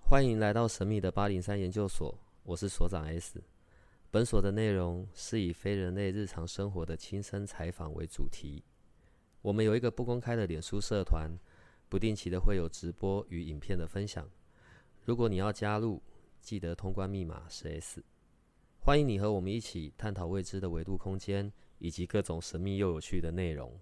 欢迎来到神秘的803研究所，我是所长 S。本所的内容是以非人类日常生活的亲身采访为主题。我们有一个不公开的脸书社团，不定期的会有直播与影片的分享。如果你要加入，记得通关密码是 S。欢迎你和我们一起探讨未知的维度空间，以及各种神秘又有趣的内容。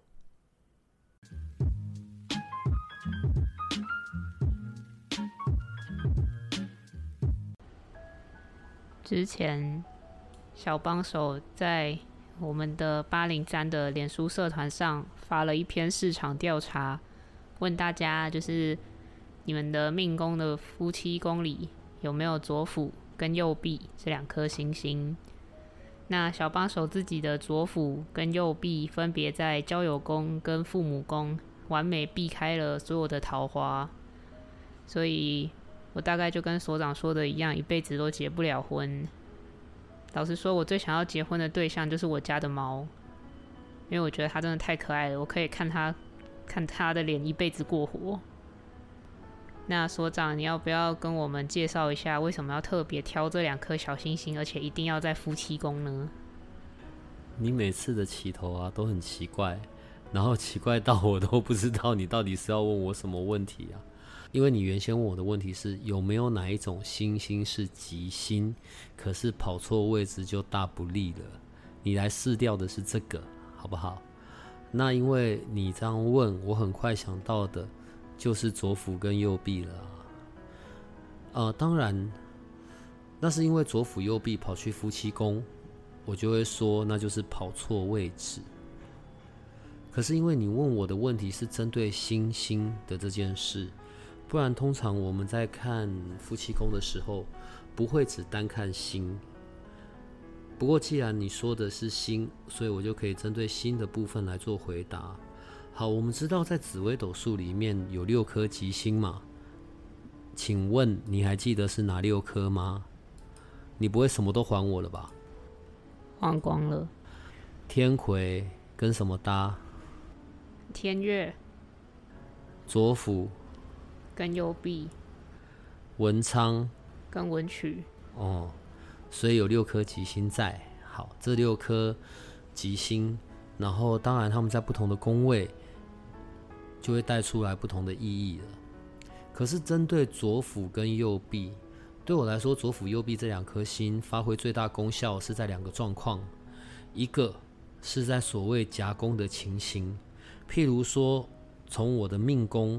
之前小帮手在我们的803的脸书社团上发了一篇市场调查，问大家就是你们的命宫的夫妻宫里有没有左辅跟右弼这两颗星星。那小帮手自己的左辅跟右弼分别在交友宫跟父母宫完美避开了所有的桃花，所以我大概就跟所长说的一样，一辈子都结不了婚。老实说，我最想要结婚的对象就是我家的猫，因为我觉得它真的太可爱了，我可以看它的脸一辈子过活。那所长，你要不要跟我们介绍一下，为什么要特别挑这两颗小星星，而且一定要在夫妻宫呢？ 你每次的起头啊都很奇怪，然后奇怪到我都不知道你到底是要问我什么问题啊。因为你原先问我的问题是有没有哪一种星星是吉星，可是跑错位置就大不利了。你来试掉的是这个，好不好？那因为你这样问，我很快想到的就是左辅跟右弼了当然，那是因为左辅右弼跑去夫妻宫，我就会说那就是跑错位置。可是因为你问我的问题是针对星星的这件事，不然通常我们在看夫妻宫的时候不会只单看星。不过既然你说的是星，所以我就可以针对星的部分来做回答。好，我们知道在紫微斗数里面有6颗吉星嘛，请问你还记得是哪6颗吗？你不会什么都还我了吧？ 忘光了。 天魁跟什么搭？ 天月左辅跟右弼， 文昌跟文曲。 所以有6颗吉星在。好，这6颗吉星，然后当然他们在不同的宫位就会带出来不同的意义了。可是针对左辅跟右弼，对我来说左辅右弼这2颗星发挥最大功效是在2个状况。一个是在所谓夹攻的情形，譬如说从我的命宫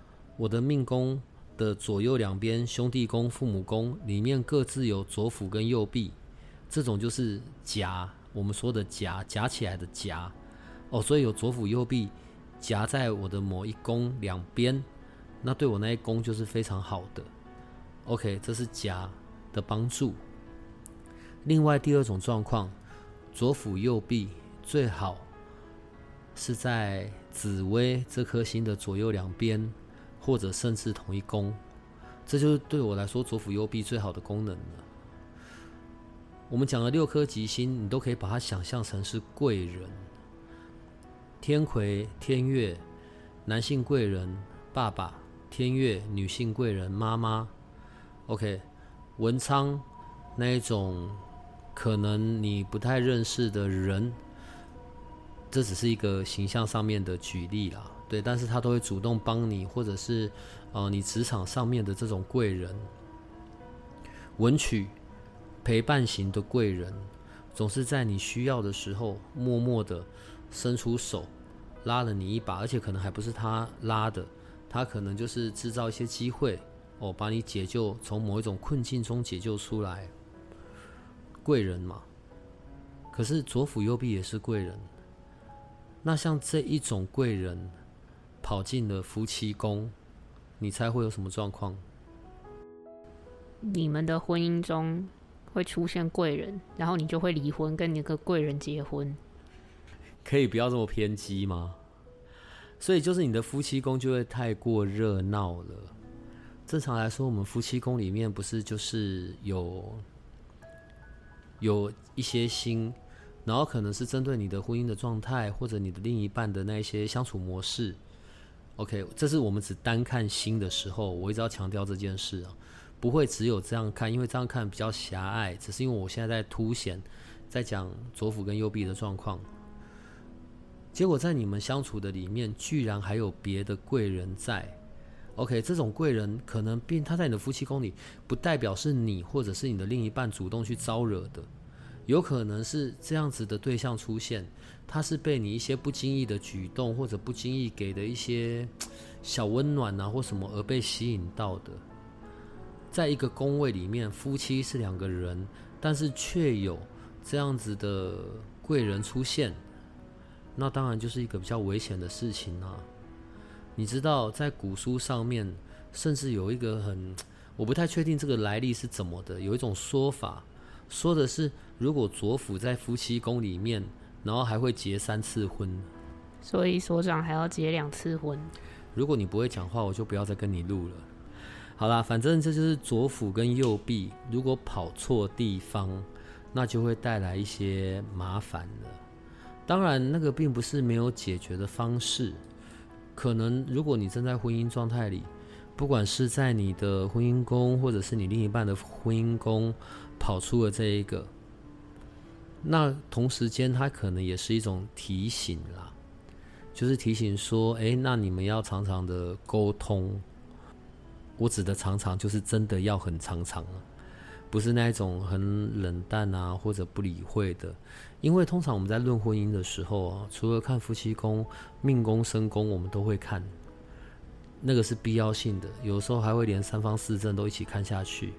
的左右两边兄弟宫、父母宫里面各自有左辅跟右弼，这种就是夹，我们说的夹起来的夹所以有左辅右弼夹在我的某一宫两边，那对我那一宫就是非常好的。OK， 这是夹的帮助。另外第2种状况，左辅右弼最好是在紫微这颗星的左右两边，或者甚至同一宫，这就是对我来说左辅右弼最好的功能了。我们讲的6颗吉星，你都可以把它想象成是贵人。天魁、天月，男性贵人爸爸；天月，女性贵人妈妈。OK， 文昌那一种可能你不太认识的人，这只是一个形象上面的举例啦，对，但是他都会主动帮你，或者是你职场上面的这种贵人。文曲，陪伴型的贵人，总是在你需要的时候默默的伸出手拉了你一把，而且可能还不是他拉的，他可能就是制造一些机会把你解救，从某一种困境中解救出来。贵人嘛，可是左辅右弼也是贵人。那像这一种贵人跑进了夫妻宫，你猜会有什么状况？ 你们的婚姻中会出现贵人，然后你就会离婚，跟你的贵人结婚。 可以不要这么偏激吗？所以就是你的夫妻宫就会太过热闹了。正常来说，我们夫妻宫里面不是就是有一些星，然后可能是针对你的婚姻的状态，或者你的另一半的那一些相处模式。OK， 这是我们只单看星的时候，我一直要强调这件事啊。 不会只有这样看，因为这样看比较狭隘，只是因为我现在在凸显，在讲左辅跟右弼的状况。结果在你们相处的里面，居然还有别的贵人在。OK， 这种贵人可能他在你的夫妻宫里，不代表是你或者是你的另一半主动去招惹的，有可能是这样子的对象出现，他是被你一些不经意的举动或者不经意给的一些小温暖啊或什么而被吸引到的。在一个宫位里面，夫妻是2个人，但是却有这样子的贵人出现，那当然就是一个比较危险的事情啊。你知道在古书上面甚至有一个我不太确定这个来历是怎么的，有一种说法说的是，如果左辅在夫妻宫里面，然后还会结3次婚， 所以所长还要结2次婚。 如果你不会讲话，我就不要再跟你录了。好啦，反正这就是左辅跟右弼如果跑错地方，那就会带来一些麻烦了。当然那个并不是没有解决的方式，可能如果你正在婚姻状态里，不管是在你的婚姻宫或者是你另一半的婚姻宫跑出了这一个，那同时间它可能也是一种提醒啦，就是提醒说那你们要常常的沟通。我指的常常就是真的要很常常啊，不是那一种很冷淡啊或者不理会的。因为通常我们在论婚姻的时候啊，除了看夫妻宫、命宫、身宫，我们都会看，那个是必要性的，有时候还会连3方4正都一起看下去。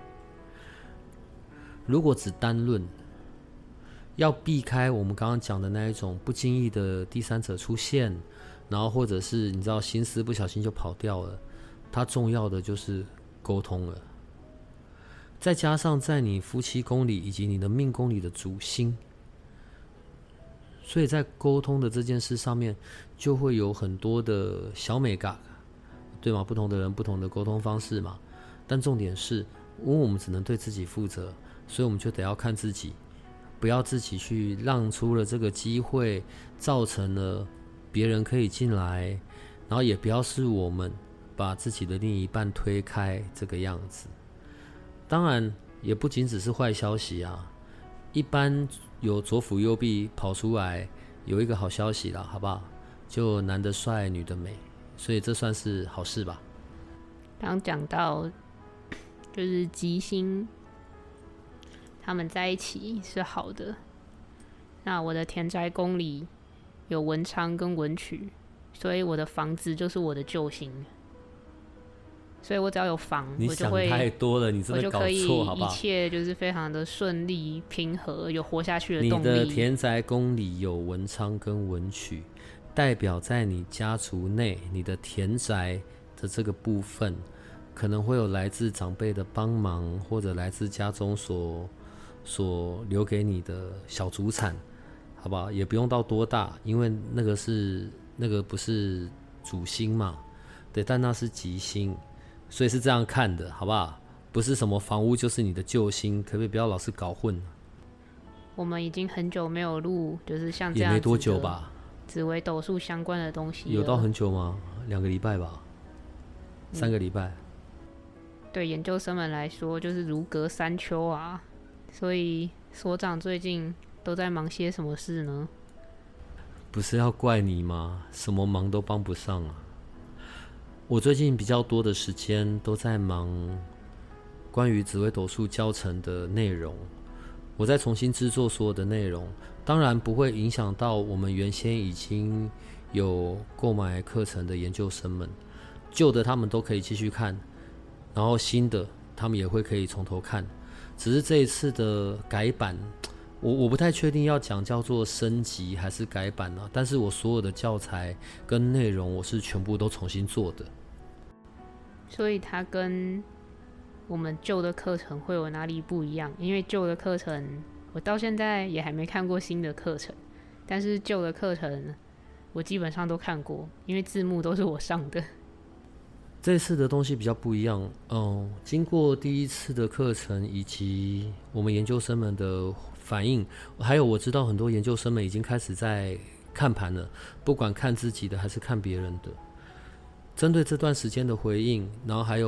如果只单论，要避开我们刚刚讲的那一种不经意的第三者出现，然后或者是你知道心思不小心就跑掉了，它重要的就是沟通了。再加上在你夫妻宫里以及你的命宫里的主星，所以在沟通的这件事上面就会有很多的小美感，对吗？不同的人不同的沟通方式嘛。但重点是，因为我们只能对自己负责，所以我们就得要看自己，不要自己去让出了这个机会，造成了别人可以进来，然后也不要是我们把自己的另一半推开这个样子。当然也不仅只是坏消息啊，一般有左辅右弼跑出来，有一个好消息啦，好不好？就男的帅女的美，所以这算是好事吧。 刚讲到就是吉星他们在一起是好的，那我的田宅宫里有文昌跟文曲，所以我的房子就是我的救星，所以我只要有房， 你想太多了，你真的搞错好不好？ 一切就是非常的顺利平和，有活下去的动力。 你的田宅宫里有文昌跟文曲，代表在你家族内，你的田宅的这个部分可能会有来自长辈的帮忙，或者来自家中所留给你的小祖产，好不好？也不用到多大，因为那个不是主星嘛，对，但那是吉星，所以是这样看的，好不好？不是什么房屋就是你的救星，可不可以不要老是搞混？ 我们已经很久没有录，就是像这样也没多久吧， 紫微斗数相关的东西了。 有到很久吗？2个礼拜吧，3个礼拜。 对研究生们来说，就是如隔3秋啊。所以所长最近都在忙些什么事呢？ 不是要怪你吗？什么忙都帮不上啊。我最近比较多的时间都在忙关于紫微斗数教程的内容，我在重新制作所有的内容，当然不会影响到我们原先已经有购买课程的研究生们，旧的他们都可以继续看，然后新的他们也会可以从头看。只是这一次的改版，我不太确定要讲叫做升级还是改版啊，但是我所有的教材跟内容我是全部都重新做的。 所以它跟我们旧的课程会有哪里不一样？因为旧的课程我到现在也还没看过新的课程，但是旧的课程我基本上都看过，因为字幕都是我上的。 这次的东西比较不一样经过第一次的课程以及我们研究生们的反应，还有我知道很多研究生们已经开始在看盘了，不管看自己的还是看别人的，针对这段时间的回应，然后还有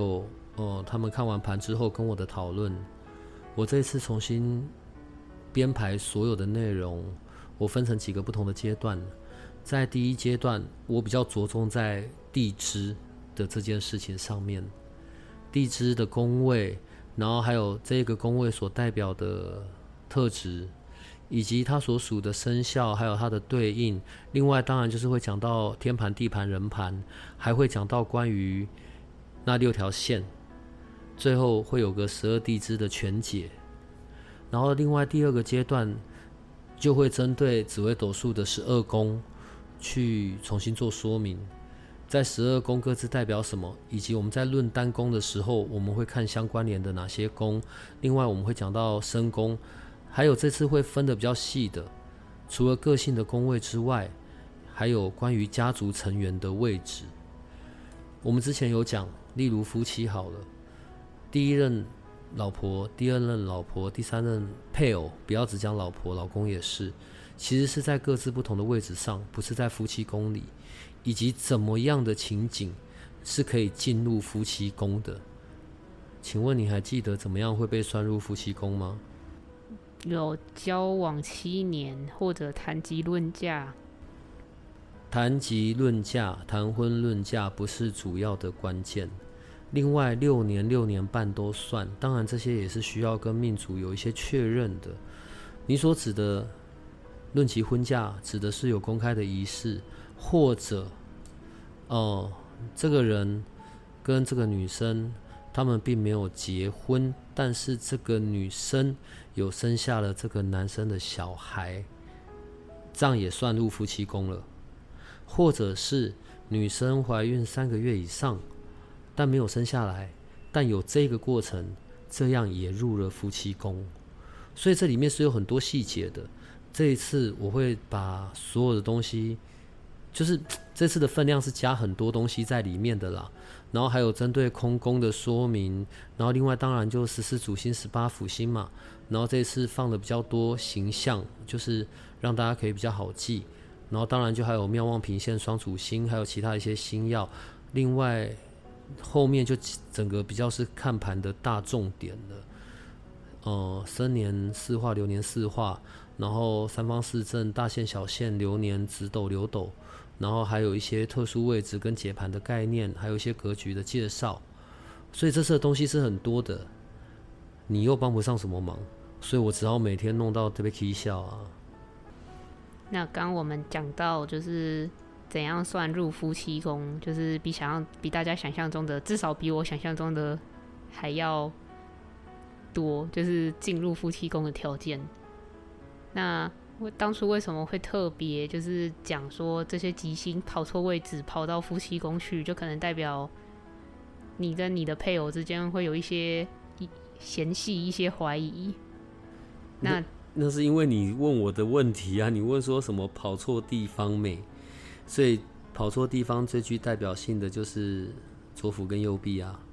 他们看完盘之后跟我的讨论，我这一次重新编排所有的内容，我分成几个不同的阶段。在第一阶段，我比较着重在地支的这件事情上面，地支的宫位，然后还有这个宫位所代表的特质，以及它所属的生肖，还有它的对应。另外当然就是会讲到天盘、地盘、人盘，还会讲到关于那6条线，最后会有个12地支的全解。然后另外第二个阶段就会针对紫微斗数的12宫去重新做说明，在12宫各自代表什么，以及我们在论单宫的时候，我们会看相关联的哪些宫。另外我们会讲到身宫，还有这次会分得比较细的，除了个性的宫位之外，还有关于家族成员的位置。我们之前有讲，例如夫妻好了，第一任老婆、第二任老婆、第三任配偶，不要只讲老婆，老公也是，其实是在各自不同的位置上，不是在夫妻宫里，以及怎么样的情景是可以进入夫妻宫的。请问你还记得怎么样会被算入夫妻宫吗？ 有交往7年或者谈及论嫁。 谈及论嫁、谈婚论嫁不是主要的关键，另外6年、6年半都算，当然这些也是需要跟命主有一些确认的。你所指的论及婚嫁，指的是有公开的仪式，或者这个人跟这个女生他们并没有结婚，但是这个女生有生下了这个男生的小孩，这样也算入夫妻宫了。或者是女生怀孕3个月以上，但没有生下来，但有这个过程，这样也入了夫妻宫。所以这里面是有很多细节的。这一次我会把所有的东西，就是这次的分量是加很多东西在里面的啦。然后还有针对空宫的说明，然后另外当然就14主星、18辅星嘛。然后这次放的比较多形象，就是让大家可以比较好记。然后当然就还有妙望平线、双主星，还有其他一些星曜。另外后面就整个比较是看盘的大重点了。生年四化、流年四化，然后三方四正、大限、小限、流年、子斗、流斗，然后还有一些特殊位置跟解盘的概念，还有一些格局的介绍。所以这次的东西是很多的，你又帮不上什么忙，所以我只好每天弄到特别起笑啊。 那刚我们讲到就是怎样算入夫妻宫，就是比大家想象中的，至少比我想象中的还要多，就是进入夫妻宫的条件。那我当初为什么会特别就是讲说这些吉星跑错位置跑到夫妻宫去，就可能代表你跟你的配偶之间会有一些嫌隙、一些怀疑。 那是因为你问我的问题啊，你问说什么跑错地方没？所以跑错地方最具代表性的就是左辅跟右弼啊，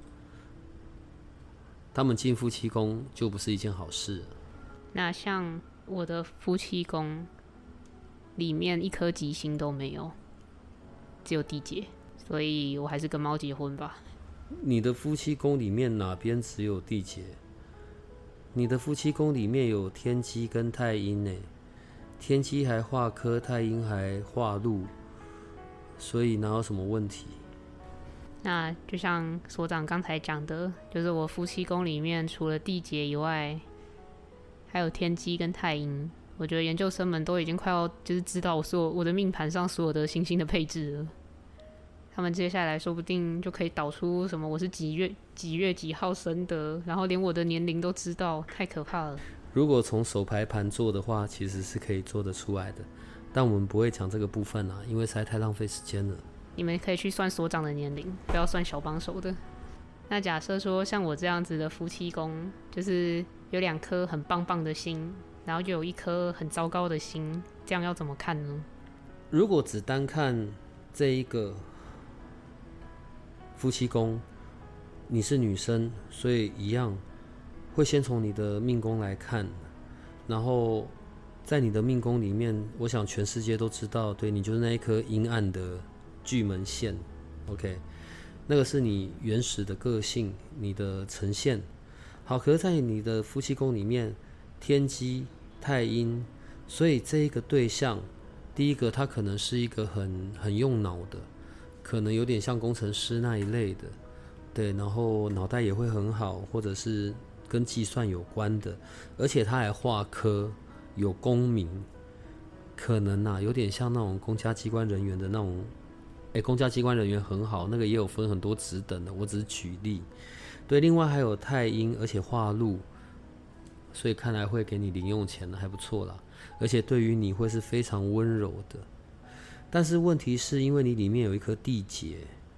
他们进夫妻宫就不是一件好事。 那像我的夫妻宫里面一颗吉星都没有，只有地劫，所以我还是跟猫结婚吧。 你的夫妻宫里面哪边只有地劫？你的夫妻宫里面有天机跟太阴呢，天机还化科，太阴还化禄，所以哪有什么问题？ 那就像所长刚才讲的，就是我夫妻宫里面除了地劫以外，还有天机跟太阴。我觉得研究生们都已经快要就是知道我的命盘上所有的星星的配置了。他们接下来说不定就可以导出什么我是几月几号生的，然后连我的年龄都知道，太可怕了。 如果从手排盘做的话，其实是可以做得出来的，但我们不会讲这个部分因为实在太浪费时间了。 你们可以去算所长的年龄，不要算小帮手的。那假设说像我这样子的夫妻宫，就是有2颗很棒棒的星，然后就有1颗很糟糕的星，这样要怎么看呢？ 如果只单看这一个夫妻宫，你是女生，所以一样会先从你的命宫来看，然后在你的命宫里面，我想全世界都知道，对，你就是那一颗阴暗的巨门线 ，OK。 那个是你原始的个性，你的呈现。好，可是在你的夫妻宫里面，天机、太阴，所以这一个对象，第一个他可能是一个很用脑的，可能有点像工程师那一类的，对，然后脑袋也会很好，或者是跟计算有关的，而且他还化科，有功名，可能有点像那种公家机关人员的那种，公家机关人员很好，那个也有分很多职等的，我只是举例。对，另外还有太阴，而且化禄，所以看来会给你零用钱的，还不错啦。而且对于你会是非常温柔的。但是问题是因为你里面有一颗地劫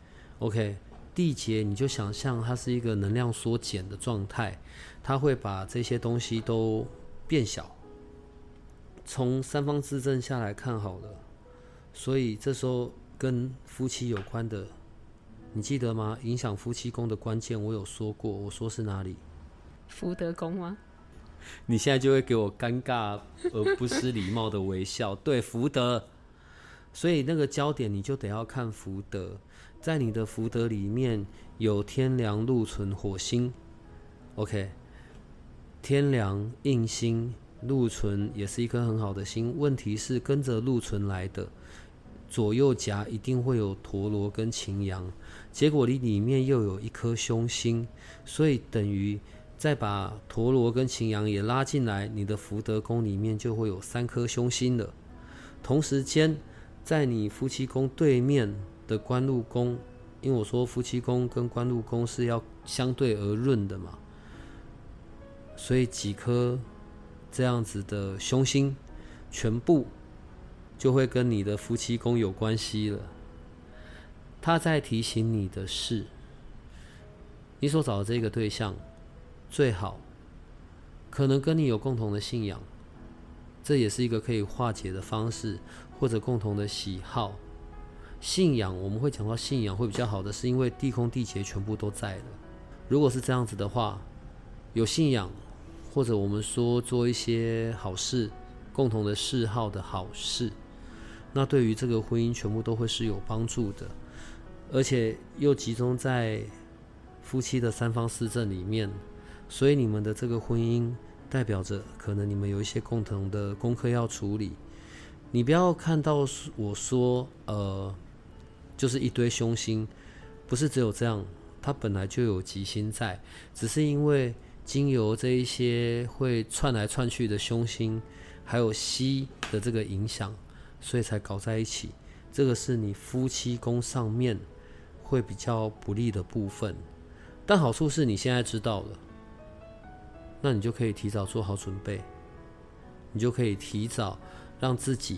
，OK， 地劫你就想象它是一个能量缩减的状态，它会把这些东西都变小。从三方四正下来看好了，所以这时候跟夫妻有关的。你记得吗？影响夫妻宫的关键，我有说过，我说是哪里？ 福德宫吗？ 你现在就会给我尴尬而不失礼貌的微笑。对，福德。所以那个焦点你就得要看福德，在你的福德里面有天梁、禄存、火星。OK， 天梁印星，禄存也是一颗很好的星。问题是跟着禄存来的。左右夹一定会有陀罗跟擎羊，结果你里面又有一颗凶星，所以等于再把陀罗跟擎羊也拉进来，你的福德宫里面就会有3颗凶星了。同时间，在你夫妻宫对面的官禄宫，因为我说夫妻宫跟官禄宫是要相对而论的嘛，所以几颗这样子的凶星，全部就会跟你的夫妻宫有关系了。他在提醒你的是，你所找的这个对象最好可能跟你有共同的信仰，这也是一个可以化解的方式，或者共同的喜好。信仰我们会讲到信仰会比较好的，是因为地空地劫全部都在了。如果是这样子的话，有信仰，或者我们说做一些好事，共同的嗜好的好事，那对于这个婚姻全部都会是有帮助的，而且又集中在夫妻的三方四正里面，所以你们的这个婚姻代表着可能你们有一些共同的功课要处理。你不要看到我说就是一堆凶星，不是只有这样，它本来就有吉星在，只是因为经由这一些会窜来窜去的凶星还有吸的这个影响，所以才搞在一起。这个是你夫妻宫上面会比较不利的部分，但好处是你现在知道了，那你就可以提早做好准备，你就可以提早让自己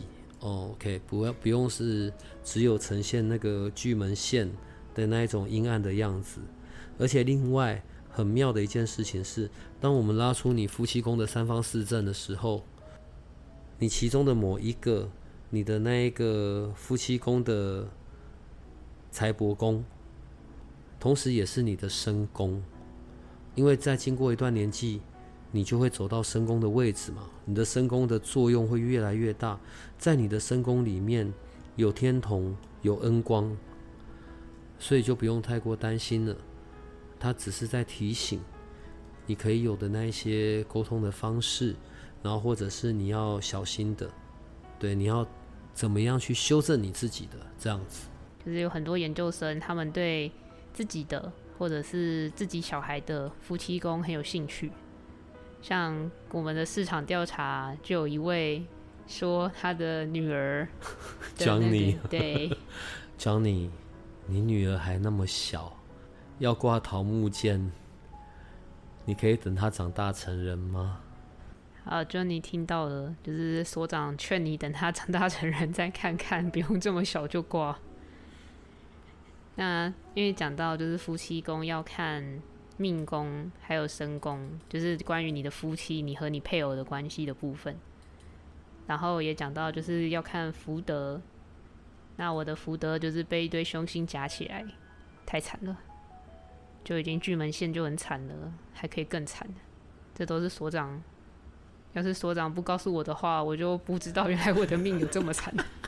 OK 不用是只有呈现那个巨门线的那一种阴暗的样子。而且另外很妙的一件事情是，当我们拉出你夫妻宫的三方四正的时候，你其中的某一个，你的那一个夫妻宫的财帛宫，同时也是你的身宫，因为在经过一段年纪，你就会走到身宫的位置嘛，你的身宫的作用会越来越大。在你的身宫里面有天同，有恩光，所以就不用太过担心了。它只是在提醒你可以有的那一些沟通的方式，然后或者是你要小心的，对，你要怎么样去修正你自己的这样子。 就是有很多研究生，他们对自己的或者是自己小孩的夫妻宫很有兴趣。像我们的市场调查，就有一位说他的女儿的 Johnny， 对 ，Johnny，你女儿还那么小，要挂桃木剑，你可以等她长大成人吗？ 好，Johnny听到了，就是所长劝你等他长大成人再看看，不用这么小就挂。那因为讲到就是夫妻宫要看命宫还有身宫，就是关于你的夫妻你和你配偶的关系的部分，然后也讲到就是要看福德。那我的福德就是被一堆凶星夹起来，太惨了，就已经巨门线就很惨了，还可以更惨。这都是所长，要是所长不告诉我的话，我就不知道原来我的命有这么惨。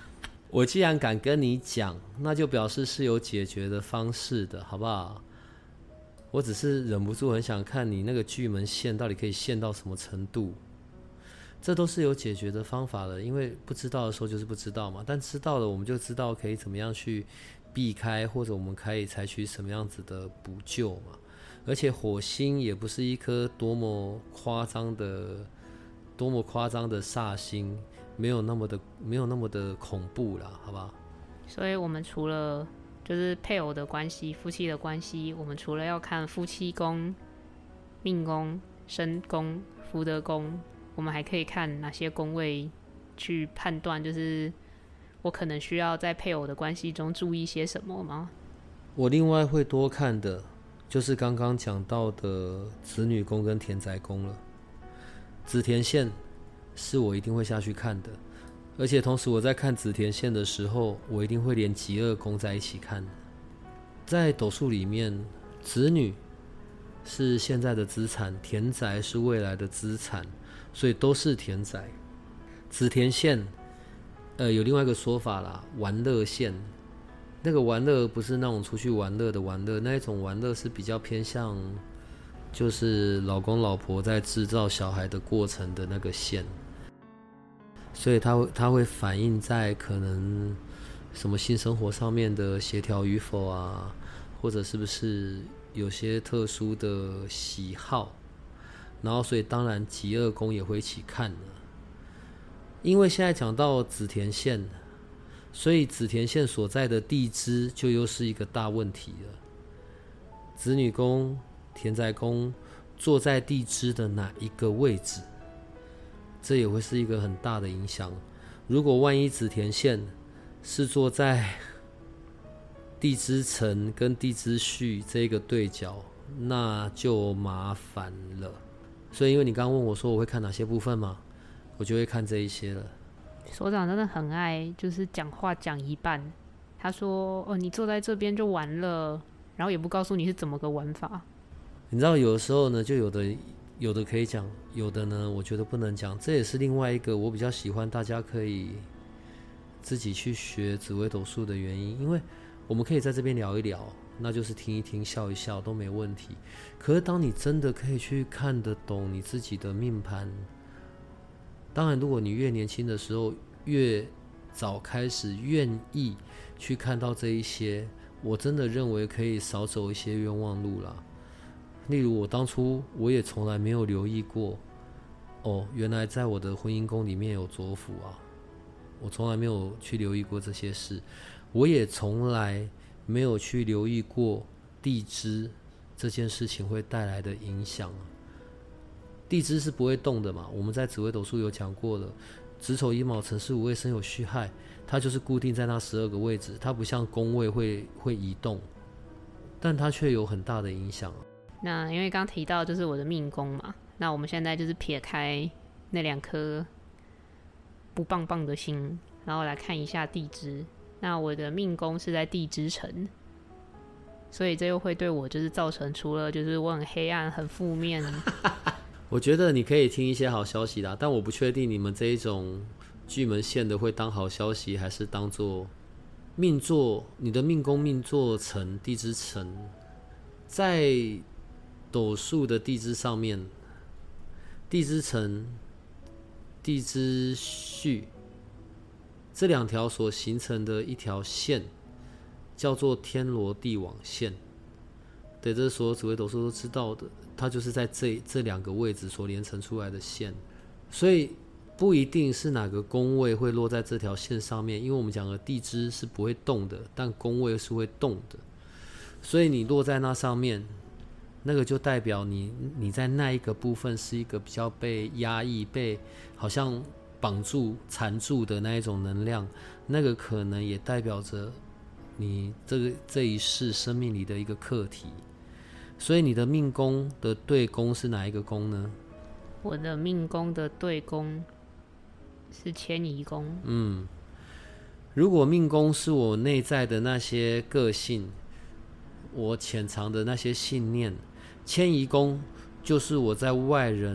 我既然敢跟你讲，那就表示是有解决的方式的，好不好？我只是忍不住很想看你那个巨门线到底可以线到什么程度，这都是有解决的方法的。因为不知道的时候就是不知道嘛，但知道了我们就知道可以怎么样去避开，或者我们可以采取什么样子的补救嘛。而且火星也不是一颗多么夸张的煞星，没有那么的恐怖啦，好不好？ 所以我们除了就是配偶的关系、夫妻的关系，我们除了要看夫妻宫、命宫、身宫、福德宫，我们还可以看哪些宫位去判断，就是我可能需要在配偶的关系中注意些什么吗？ 我另外会多看的就是刚刚讲到的子女宫跟田宅宫了。子田线是我一定会下去看的，而且同时我在看子田线的时候，我一定会连疾厄宫在一起看。在斗数里面，子女是现在的资产，田宅是未来的资产，所以都是田宅。子田线有另外一个说法啦，玩乐线。那个玩乐不是那种出去玩乐的玩乐，那一种玩乐是比较偏向就是老公老婆在制造小孩的过程的那个线，所以它会反映在可能什么性生活上面的协调与否啊，或者是不是有些特殊的喜好，然后所以当然疾厄宫也会一起看了。因为现在讲到子田线，所以子田线所在的地支就又是一个大问题了。子女宫、田宅宫坐在地支的哪一个位置，这也会是一个很大的影响。如果万一子田线是坐在地支辰跟地支戌这个对角，那就麻烦了。所以因为你刚刚问我说我会看哪些部分嘛，我就会看这一些了。 所长真的很爱就是讲话讲一半，他说哦你坐在这边就完了，然后也不告诉你是怎么个玩法。 你知道有的时候呢，就有的可以讲，有的呢我觉得不能讲，这也是另外一个我比较喜欢大家可以自己去学紫微斗数的原因。因为我们可以在这边聊一聊，那就是听一听笑一笑都没问题。可是当你真的可以去看得懂你自己的命盘，当然如果你越年轻的时候越早开始愿意去看到这一些，我真的认为可以少走一些冤枉路啦。例如我当初我也从来没有留意过，原来在我的婚姻宫里面有左辅啊，我从来没有去留意过这些事。我也从来没有去留意过地支这件事情会带来的影响。地支是不会动的嘛，我们在紫微斗数有讲过了，子丑寅卯辰巳午未申酉戌亥，它就是固定在那12个位置，它不像宫位会移动，但它却有很大的影响。 那因为刚提到就是我的命宫嘛，那我们现在就是撇开那2颗不棒棒的星，然后来看一下地支。那我的命宫是在地支辰，所以这又会对我就是造成除了就是我很黑暗很负面我觉得你可以听一些好消息啦，但我不确定你们这一种巨门线的会当好消息，还是当做命座。你的命宫命座辰地支辰，在斗数的地支上面，地支辰、地支戌这2条所形成的一条线，叫做天罗地网线。对，这是所有紫微斗数都知道的，它就是在这2个位置所连成出来的线，所以不一定是哪个宫位会落在这条线上面，因为我们讲的地支是不会动的，但宫位是会动的，所以你落在那上面，那个就代表你在那一个部分是一个比较被压抑、被好像绑住、缠住的那一种能量，那个可能也代表着你这一世生命里的一个课题。所以你的命宫的对宫是哪一个宫呢？ 我的命宫的对宫是迁移宫。 如果命宫是我内在的那些个性，我潜藏的那些信念，迁移宫就是我在外人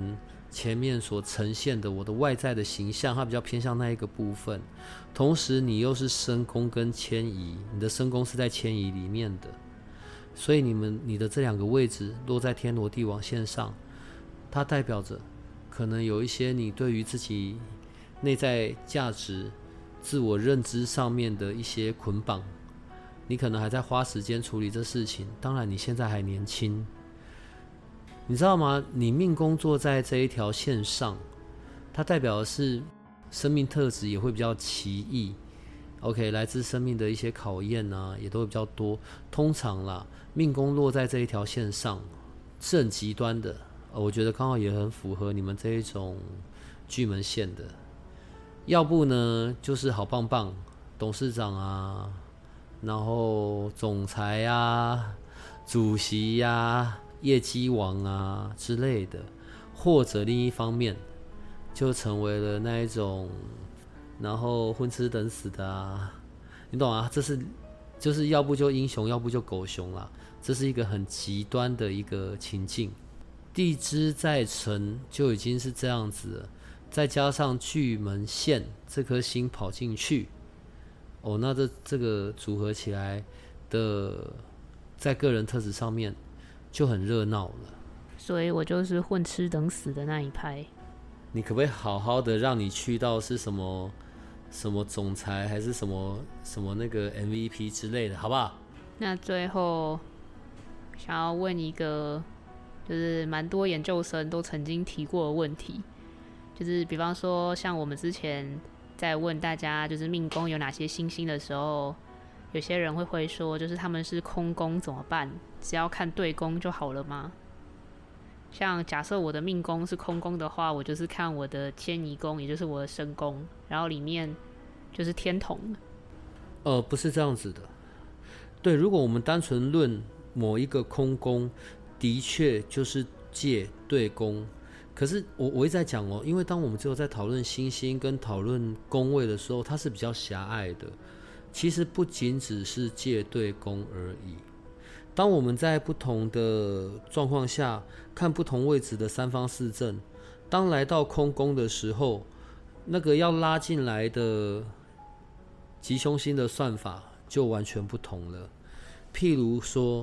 前面所呈现的我的外在的形象，它比较偏向那一个部分。同时你又是身宫跟迁移，你的身宫是在迁移里面的，所以你的这两个位置落在天罗地网线上，它代表着可能有一些你对于自己内在价值、自我认知上面的一些捆绑，你可能还在花时间处理这事情。当然你现在还年轻，你知道吗？你命宫坐在这一条线上，它代表的是生命特质也会比较奇异。OK， 来自生命的一些考验啊，也都会比较多。通常啦，命宫落在这一条线上是很极端的，我觉得刚好也很符合你们这一种巨门线的。要不呢，就是好棒棒，董事长啊，然后总裁啊，主席啊，业绩王啊之类的，或者另一方面就成为了那一种，然后混吃等死的啊，你懂啊？就是要不就英雄，要不就狗熊啦，这是一个很极端的一个情境。地支在辰就已经是这样子了，再加上巨门线这颗星跑进去，那这个组合起来的，在个人特质上面就很热闹了。 所以我就是混吃等死的那一派。 你可不可以好好的让你去到是什么总裁，还是什么那个 MVP 之类的，好不好？ 那最后想要问一个，就是蛮多研究生都曾经提过的问题，就是比方说像我们之前在问大家就是命宫有哪些星星的时候，有些人会说就是他们是空宫怎么办？只要看对宫就好了吗？像假设我的命宫是空宫的话，我就是看我的迁移宫，也就是我的身宫，然后里面就是天同。 不是这样子的。对，如果我们单纯论某一个空宫，的确就是借对宫。可是我一直在讲因为当我们只有在讨论星星跟讨论宫位的时候，它是比较狭隘的。其实不仅只是借对宫而已。当我们在不同的状况下看不同位置的三方四正，当来到空宫的时候，那个要拉进来的吉凶星的算法就完全不同了。譬如说，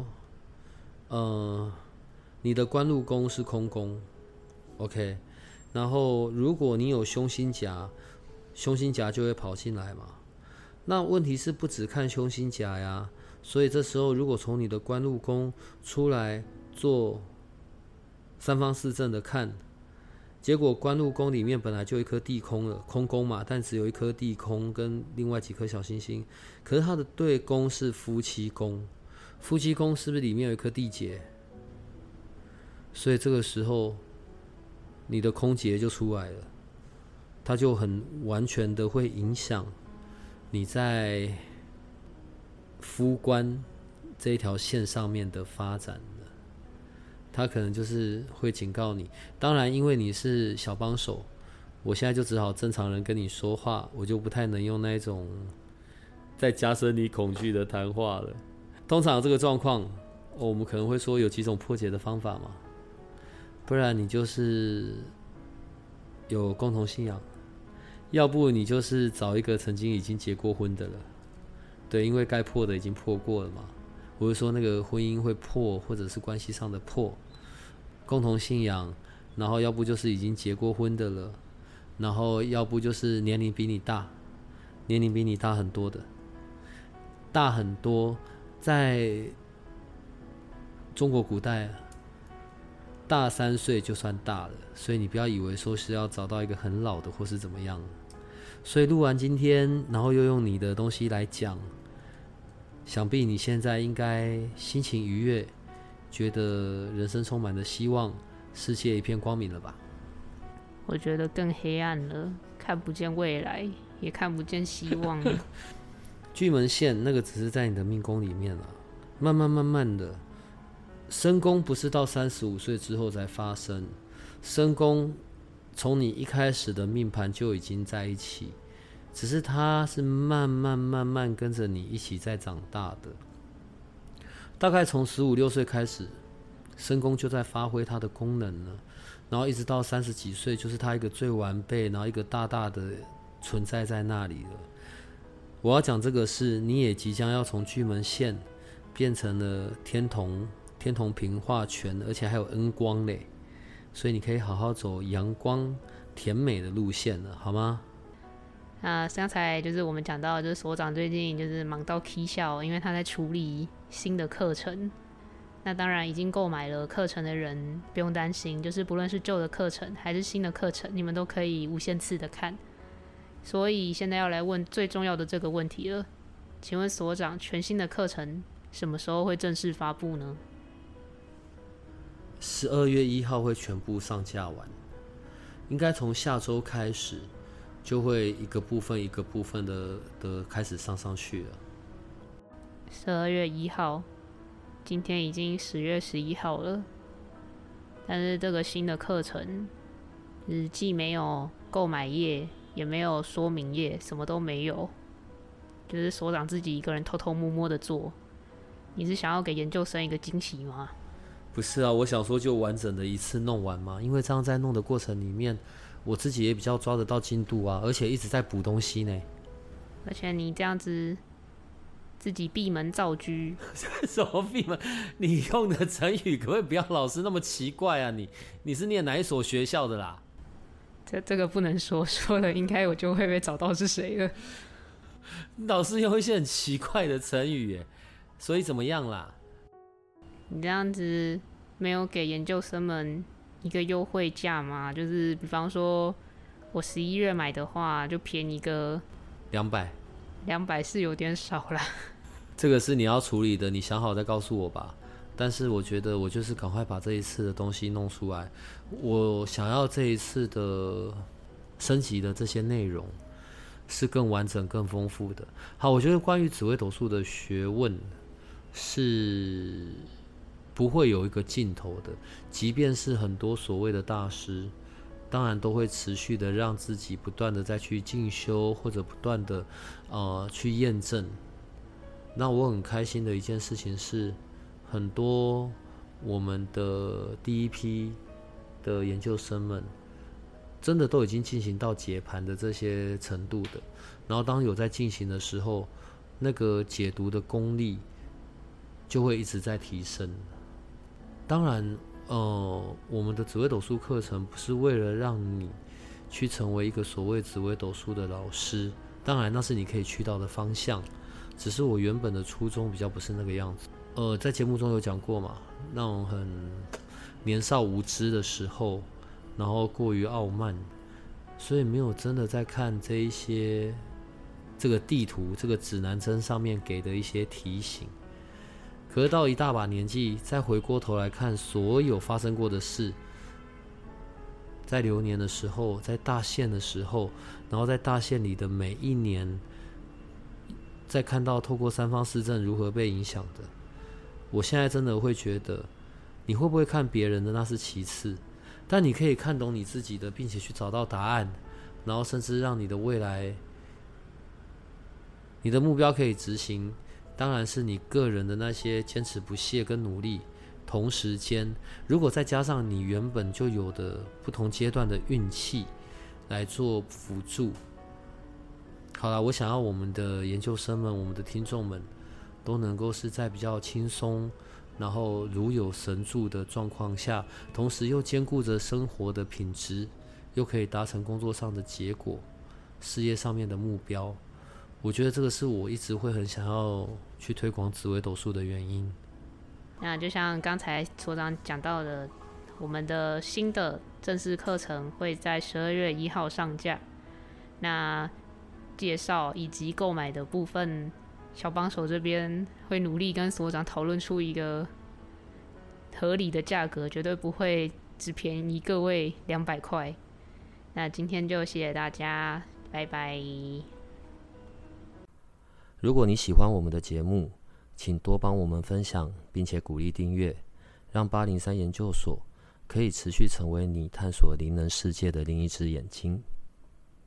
你的官禄宫是空宫 ，OK， 然后如果你有凶星夹，凶星夹就会跑进来嘛。那问题是不只看凶星夹呀。所以这时候，如果从你的官禄宫出来做三方四正的看，结果官禄宫里面本来就有一颗地空了，空宫嘛，但只有一颗地空跟另外几颗小星星。可是它的对宫是夫妻宫，夫妻宫是不是里面有一颗地劫？所以这个时候，你的空劫就出来了，它就很完全的会影响你在夫官这一条线上面的发展的，他可能就是会警告你。当然，因为你是小帮手，我现在就只好正常人跟你说话，我就不太能用那种在加深你恐惧的谈话了。通常这个状况，我们可能会说有几种破解的方法嘛，不然你就是有共同信仰，要不你就是找一个曾经已经结过婚的了。对，因为该破的已经破过了嘛。我是说那个婚姻会破，或者是关系上的破，共同信仰，然后要不就是已经结过婚的了，然后要不就是年龄比你大，年龄比你大很多的，大很多。在中国古代，大3岁就算大了，所以你不要以为说是要找到一个很老的或是怎么样。所以录完今天，然后又用你的东西来讲，想必你现在应该心情愉悦，觉得人生充满了希望，世界一片光明了吧？ 我觉得更黑暗了，看不见未来，也看不见希望了。 巨门线那个只是在你的命宫里面了，慢慢的，身宫不是到35岁之后才发生，身宫从你一开始的命盘就已经在一起，只是它是慢慢跟着你一起在长大的。大概从15、16岁开始， 身宫就在发挥它的功能了，然后一直到30几岁，就是它一个最完备，然后一个大大的存在在那里了。我要讲这个是，你也即将要从巨门线变成了天同平化权，而且还有恩光嘞，所以你可以好好走阳光甜美的路线了，好吗？ 刚才就是我们讲到，就是所长最近就是忙到起笑，因为他在处理新的课程。那当然，已经购买了课程的人不用担心，就是不论是旧的课程还是新的课程，你们都可以无限次的看。所以现在要来问最重要的这个问题了，请问所长，全新的课程什么时候会正式发布呢 ？12月1号会全部上架完，应该从下周开始就会一个部分一个部分的开始上去了。 12月1号，今天已经10月11号了，但是这个新的课程既没有购买页，也没有说明页，什么都没有，就是所长自己一个人偷偷摸摸的做。你是想要给研究生一个惊喜吗？ 不是啊，我想说就完整的一次弄完嘛，因为这样在弄的过程里面，我自己也比较抓得到进度啊，而且一直在补东西呢。 而且你这样子自己闭门造车什么闭门？你用的成语可不可以不要老是那么奇怪啊？你是念哪一所学校的啦？ 这个不能说了，应该我就会被找到是谁了。 老是用一些很奇怪的成语耶，所以怎么样啦？ 你这样子没有给研究生们一个优惠价吗？就是比方说我11月买的话，就便宜个200是有点少啦。 这个是你要处理的，你想好再告诉我吧。但是我觉得我就是赶快把这一次的东西弄出来，我想要这一次的升级的这些内容是更完整更丰富的。好，我觉得关于紫微斗数的学问是不会有一个尽头的，即便是很多所谓的大师，当然都会持续的让自己不断的再去进修，或者不断的去验证。那我很开心的一件事情是，很多我们的第一批的研究生们真的都已经进行到解盘的这些程度的，然后当有在进行的时候，那个解读的功力就会一直在提升。当然我们的紫微斗数课程不是为了让你去成为一个所谓紫微斗数的老师，当然那是你可以去到的方向，只是我原本的初衷比较不是那个样子。在节目中有讲过嘛，那种很年少无知的时候，然后过于傲慢，所以没有真的在看这一些这个地图这个指南针上面给的一些提醒。可是到一大把年纪，再回过头来看所有发生过的事，在流年的时候，在大限的时候，然后在大限里的每一年，再看到透过三方四正如何被影响的，我现在真的会觉得，你会不会看别人的那是其次，但你可以看懂你自己的，并且去找到答案，然后甚至让你的未来，你的目标可以执行。当然是你个人的那些坚持不懈跟努力，同时间如果再加上你原本就有的不同阶段的运气来做辅助，好啦，我想要我们的研究生们，我们的听众们都能够是在比较轻松，然后如有神助的状况下，同时又兼顾着生活的品质，又可以达成工作上的结果，事业上面的目标。我觉得这个是我一直会很想要去推广紫微斗数的原因。 那就像刚才所长讲到的，我们的新的正式课程会在12月1号上架。那介绍以及购买的部分，小帮手这边会努力跟所长讨论出一个合理的价格，绝对不会只便宜各位200块。那今天就谢谢大家，拜拜。 如果你喜欢我们的节目，请多帮我们分享，并且鼓励订阅，让803研究所可以持续成为你探索灵能世界的另一只眼睛。